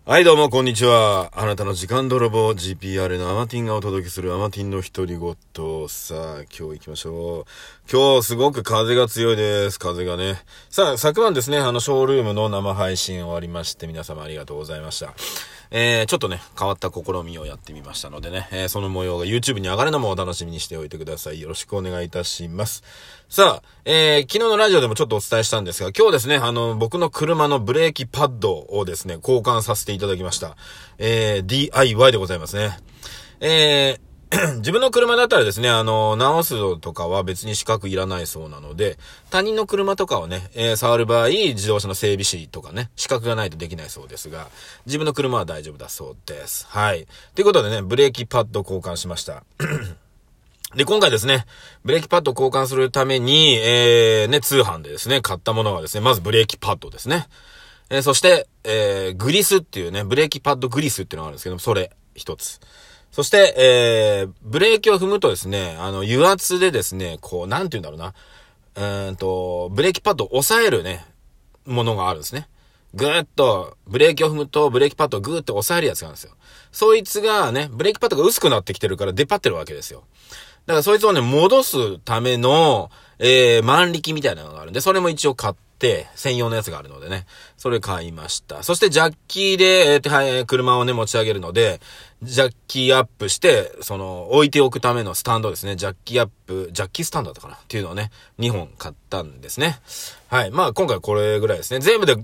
はいどうもこんにちは。あなたの時間泥棒 GPR のアマティンがお届けするアマティンの独り言。さあ今日行きましょう。今日すごく風が強いです。風がね。さあ昨晩ですね、ショールームの生配信終わりまして、皆様ありがとうございました。ちょっとね変わった試みをやってみましたのでね、その模様が YouTube に上がるのもお楽しみにしておいてください。よろしくお願いいたします。さあ、昨日のラジオでもちょっとお伝えしたんですが、今日ですね、僕の車のブレーキパッドをですね、交換させていただきました。DIY でございますね。自分の車だったらですね、直すのとかは別に資格いらないそうなので、他人の車とかをね、触る場合、自動車の整備士とかね、資格がないとできないそうですが、自分の車は大丈夫だそうです。はい。ということでね、ブレーキパッド交換しました。で、今回ですね、ブレーキパッド交換するために、通販でですね、買ったものがですね、まずブレーキパッドですね。そして、グリスっていうね、ブレーキパッドグリスっていうのがあるんですけども、それ一つ。そして、ブレーキを踏むとですね、油圧でですね、こう、なんて言うんだろうな、ブレーキパッドを押さえるね、ものがあるんですね。ぐーっと、ブレーキを踏むと、ブレーキパッドをぐーっと押さえるやつがあるんですよ。そいつがね、ブレーキパッドが薄くなってきてるから出っ張ってるわけですよ。だからそいつをね、戻すための、万力みたいなのがあるんで、それも一応買って、専用のやつがあるのでね、それ買いました。そしてジャッキーで、車をね、持ち上げるので、ジャッキーアップして、置いておくためのスタンドですね、ジャッキースタンドだったかなっていうのをね、2本買ったんですね。はい。まあ、今回これぐらいですね。全部で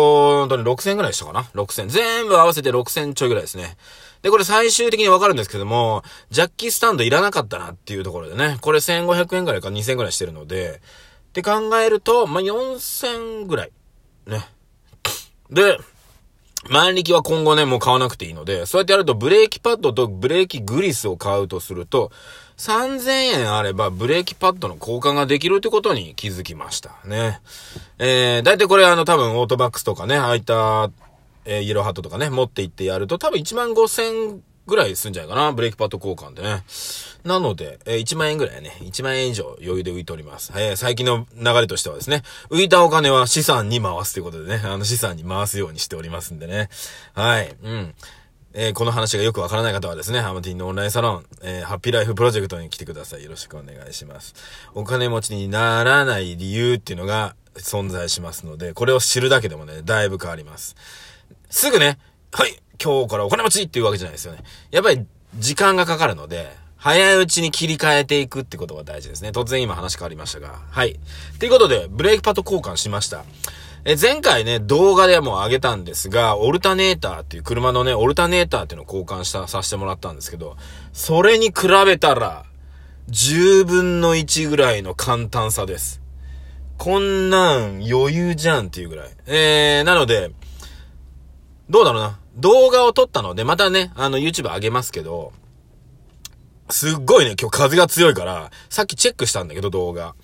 6000ぐらいしたかな ?6000。全部合わせて6000ちょいぐらいですね。で、これ最終的にわかるんですけども、ジャッキースタンドいらなかったなっていうところでね、これ1500円ぐらいか2000円ぐらいしてるので、って考えると、まあ、4000ぐらい。ね。で、万力は今後ね、もう買わなくていいので、そうやってやるとブレーキパッドとブレーキグリスを買うとすると、3000円あればブレーキパッドの交換ができるってことに気づきましたね。だいたいこれ多分オートバックスとかね、ああいったイエローハットとかね、持って行ってやると多分15000ぐらいすんじゃないかな、ブレーキパッド交換でね。なので、1万円ぐらいね、1万円以上余裕で浮いております。最近の流れとしてはですね、浮いたお金は資産に回すということでね、資産に回すようにしておりますんでね。はい、この話がよくわからない方はですね、ハマティンのオンラインサロン、ハッピーライフプロジェクトに来てください。よろしくお願いします。お金持ちにならない理由っていうのが存在しますので、これを知るだけでもね、だいぶ変わります。すぐね、はい、今日からお金持ちっていうわけじゃないですよね。やっぱり時間がかかるので、早いうちに切り替えていくってことが大事ですね。突然今話変わりましたが。はい。ということで、ブレーキパッド交換しました。前回ね、動画でも上げたんですが、オルタネーターっていう車のね、オルタネーターっていうのを交換させてもらったんですけど、それに比べたら、10分の1ぐらいの簡単さです。こんなん余裕じゃんっていうぐらい。なので、どうだろうな。動画を撮ったので、またね、YouTube 上げますけど、すっごいね、今日風が強いから、さっきチェックしたんだけど、動画。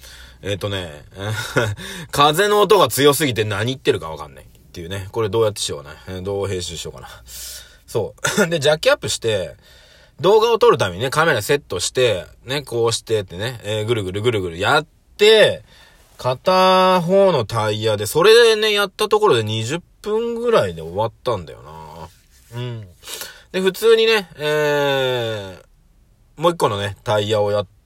風の音が強すぎて何言ってるかわかんないっていうね。これどうやってしようかな。どう編集しようかな。そう。で、ジャッキアップして、動画を撮るためにね、カメラセットして、ね、こうしてってね、ぐるぐるぐるぐるやって、片方のタイヤで、それでね、やったところで20分ぐらいで終わったんだよな。で、普通にね、もう一個のね、タイヤをやって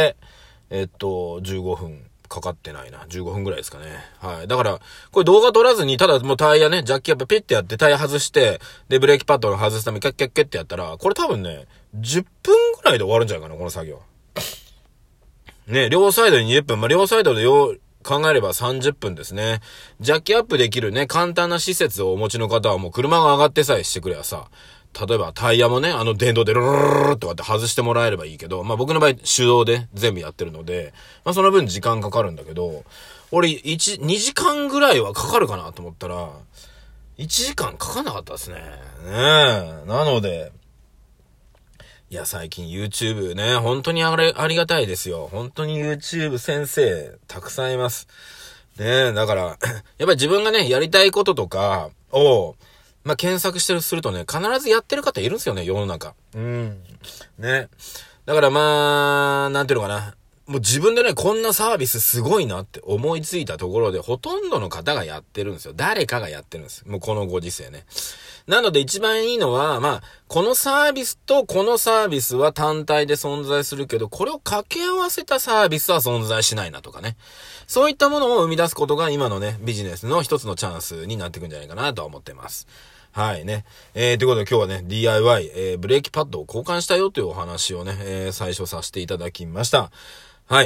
、15分かかってないな。15分ぐらいですかね。はい。だから、これ動画撮らずに、ただもうタイヤね、ジャッキアップピッてやって、タイヤ外して、で、ブレーキパッドを外すためにキャッキャッキャッってやったら、これ多分ね、10分ぐらいで終わるんじゃないかな、この作業。ね、両サイドに20分。まあ、両サイドで考えれば30分ですね。ジャッキアップできるね、簡単な施設をお持ちの方はもう車が上がってさえしてくればさ、例えばタイヤもね、電動でルルルルルってこうやって外してもらえればいいけど、まあ僕の場合手動で全部やってるので、まあその分時間かかるんだけど、俺2時間ぐらいはかかるかなと思ったら、1時間かかんなかったですね。ねえ。なので、いや最近 YouTube ね、本当にありがたいですよ。本当に YouTube 先生たくさんいます。ねえ、だから、やっぱり自分がね、やりたいこととかを、まあ、検索するとね、必ずやってる方いるんですよね、世の中。ね。だからまあ、なんていうのかな。 もう自分でね、こんなサービスすごいなって思いついたところで、ほとんどの方がやってるんですよ。誰かがやってるんです。もうこのご時世ね。なので一番いいのは、このサービスとこのサービスは単体で存在するけど、これを掛け合わせたサービスは存在しないなとかね。そういったものを生み出すことが今のね、ビジネスの一つのチャンスになっていくんじゃないかなとは思ってます。はいね。ということで今日はね、DIY、ブレーキパッドを交換したよというお話をね、最初させていただきました。はい。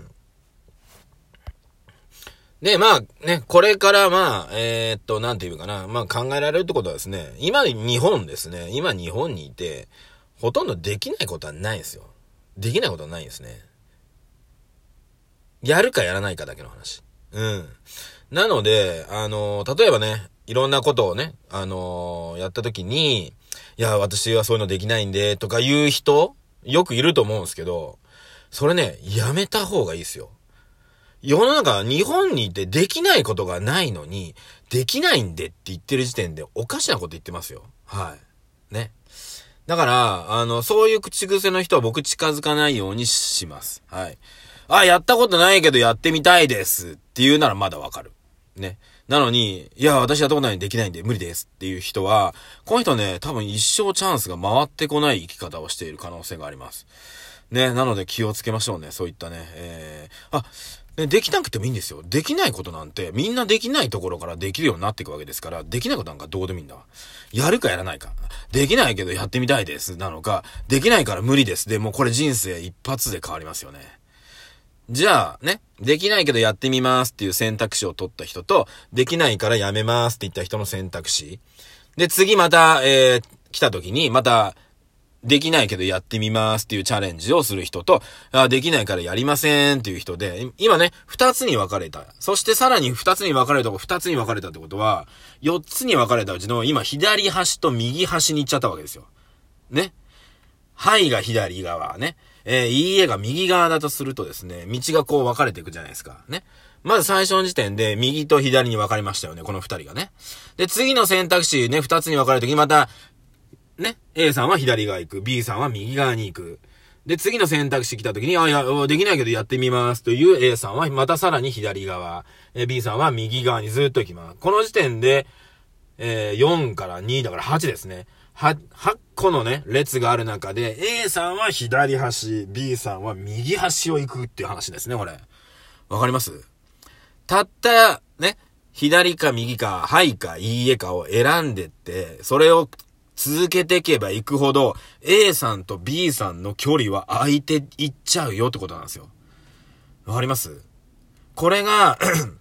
で、これからなんていうかな、考えられるってことはですね、今日本にいて、ほとんどできないことはないんですよ。できないことはないんですね。やるかやらないかだけの話。なので、例えばね、いろんなことをね、やったときに、いや、私はそういうのできないんで、とか言う人、よくいると思うんですけど、それね、やめた方がいいですよ。世の中、日本にいてできないことがないのに、できないんでって言ってる時点でおかしなこと言ってますよ。はい。ね。だから、そういう口癖の人は僕近づかないようにします。はい。やったことないけどやってみたいですっていうならまだわかる。ね。なのに、いや、私やったことないんでできないんで無理ですっていう人は、この人ね、多分一生チャンスが回ってこない生き方をしている可能性があります。ね。なので気をつけましょうね。そういったね。できなくてもいいんですよ。できないことなんて、みんなできないところからできるようになっていくわけですから、できないことなんかどうでもいいんだわ。やるかやらないか。できないけどやってみたいです。なのか、できないから無理です。で、もうこれ人生一発で変わりますよね。じゃあ、ね、できないけどやってみますっていう選択肢を取った人と、できないからやめますって言った人の選択肢。で、次また、来た時に、また、できないけどやってみますっていうチャレンジをする人と、できないからやりませんっていう人で、今ね、二つに分かれた。そしてさらに二つに分かれた二つに分かれたってことは、四つに分かれたうちの今左端と右端に行っちゃったわけですよ。ね。はいが左側ね。いいえが右側だとするとですね、道がこう分かれていくじゃないですか。ね。まず最初の時点で右と左に分かりましたよね、この二人がね。で、次の選択肢ね、二つに分かれるときにまた、ね。A さんは左側行く。B さんは右側に行く。で、次の選択肢来た時に、できないけどやってみますという A さんはまたさらに左側。B さんは右側にずっと行きます。この時点で、4から2だから8ですね。8個のね、列がある中で、A さんは左端、B さんは右端を行くっていう話ですね、これ。わかります？たった、ね、左か右か、はいかいいえかを選んでって、それを続けていけばいくほど A さんと B さんの距離は空いていっちゃうよってことなんですよ。わかります？これが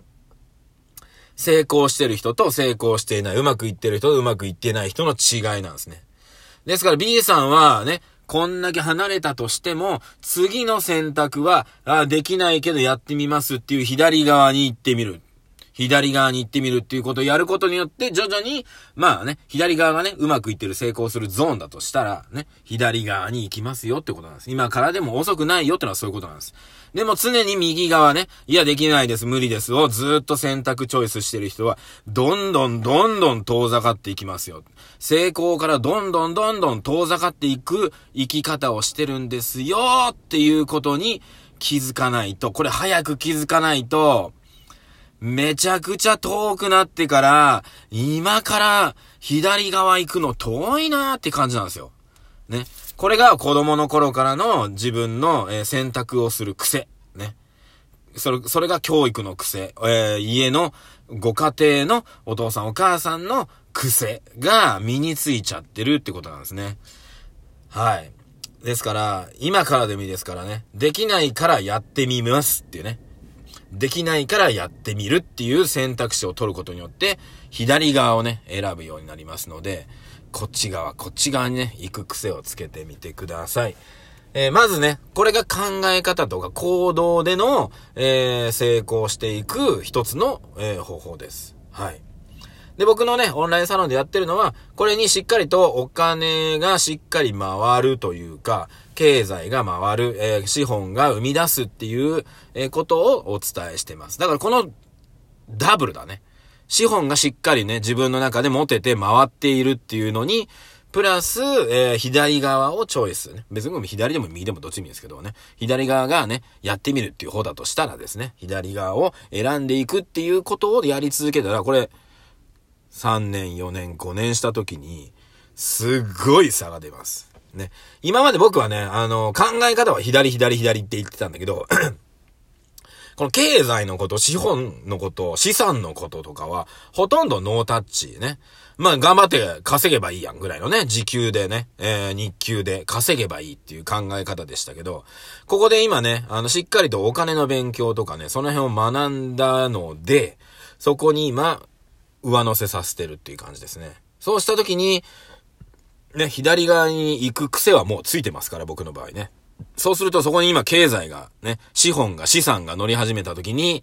成功してる人と成功していない、うまくいってる人とうまくいってない人の違いなんですね。ですから B さんはね、こんだけ離れたとしても、次の選択は、できないけどやってみますっていう左側に行ってみる。左側に行ってみるっていうことをやることによって、徐々に、左側がね、うまくいってる成功するゾーンだとしたら、ね、左側に行きますよってことなんです。今からでも遅くないよってのはそういうことなんです。でも常に右側ね、いやできないです、無理ですをずっと選択チョイスしてる人は、どんどん遠ざかっていきますよ。成功からどんどん遠ざかっていく生き方をしてるんですよっていうことに気づかないと、これ早く気づかないと、めちゃくちゃ遠くなってから、今から左側行くの遠いなーって感じなんですよ。ね。これが子供の頃からの自分の選択をする癖。ね。それが教育の癖。家のご家庭のお父さんお母さんの癖が身についちゃってるってことなんですね。はい。ですから、今からでもいいですからね。できないからやってみますっていうね。できないからやってみるっていう選択肢を取ることによって、左側をね、選ぶようになりますので、こっち側にね、行く癖をつけてみてください。まずね、これが考え方とか行動での、成功していく一つの、方法です。はい。で、僕のね、オンラインサロンでやってるのは、これにしっかりとお金がしっかり回るというか、経済が回る、資本が生み出すっていう、ことをお伝えしてます。だからこのダブルだね。資本がしっかりね、自分の中で持てて回っているっていうのに、 プラス、左側をチョイスね。別に左でも右でもどっちでもいいんですけどね。左側がね、やってみるっていう方だとしたらですね、左側を選んでいくっていうことをやり続けたら、これ、3年、4年、5年した時に、すっごい差が出ます。ね。今まで僕はね、考え方は左って言ってたんだけど、この経済のこと、資本のこと、資産のこととかは、ほとんどノータッチね。まあ、頑張って稼げばいいやんぐらいのね、時給でね、日給で稼げばいいっていう考え方でしたけど、ここで今ね、しっかりとお金の勉強とかね、その辺を学んだので、そこに今、上乗せさせてるっていう感じですね。そうした時に、ね、左側に行く癖はもうついてますから、僕の場合ね。そうするとそこに今経済がね、資産が乗り始めた時に、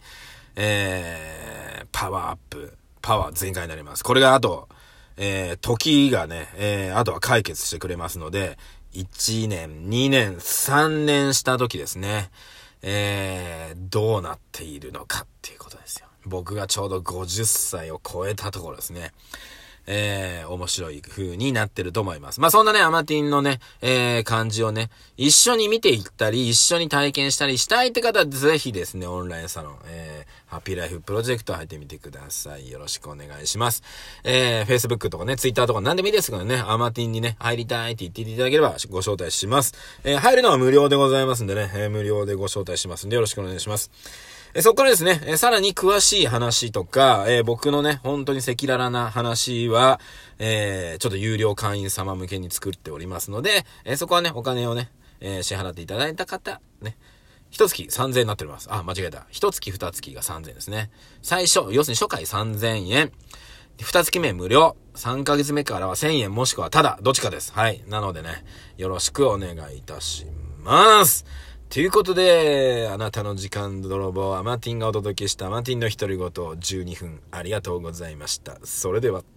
パワーアップ、パワー全開になります。これがあと、時がね、あとは解決してくれますので、1年、2年、3年した時ですね、どうなっているのかっていうことですよ。僕がちょうど50歳を超えたところですね。面白い風になってると思います。まあ、そんなね、アマティンのね、感じをね、一緒に見ていったり、一緒に体験したりしたいって方は、ぜひですね、オンラインサロン、ハッピーライフプロジェクト入ってみてください。よろしくお願いします。Facebook とかね、Twitter とか何でもいいですからね、アマティンにね、入りたいって言っていただければご招待します。入るのは無料でございますんでね、無料でご招待しますんで、よろしくお願いします。そこからですね、さらに詳しい話とか、僕のね、本当に赤裸々な話は、ちょっと有料会員様向けに作っておりますので、そこはね、お金をね、支払っていただいた方、ね、一月3000円になっております。あ、間違えた。一月二月が3000円ですね。最初、要するに初回3000円。二月目無料。3ヶ月目からは1000円もしくはただ、どっちかです。はい。なのでね、よろしくお願いいたします。ということで、あなたの時間泥棒アマティンがお届けしたアマティンの独り言12分ありがとうございました。それでは。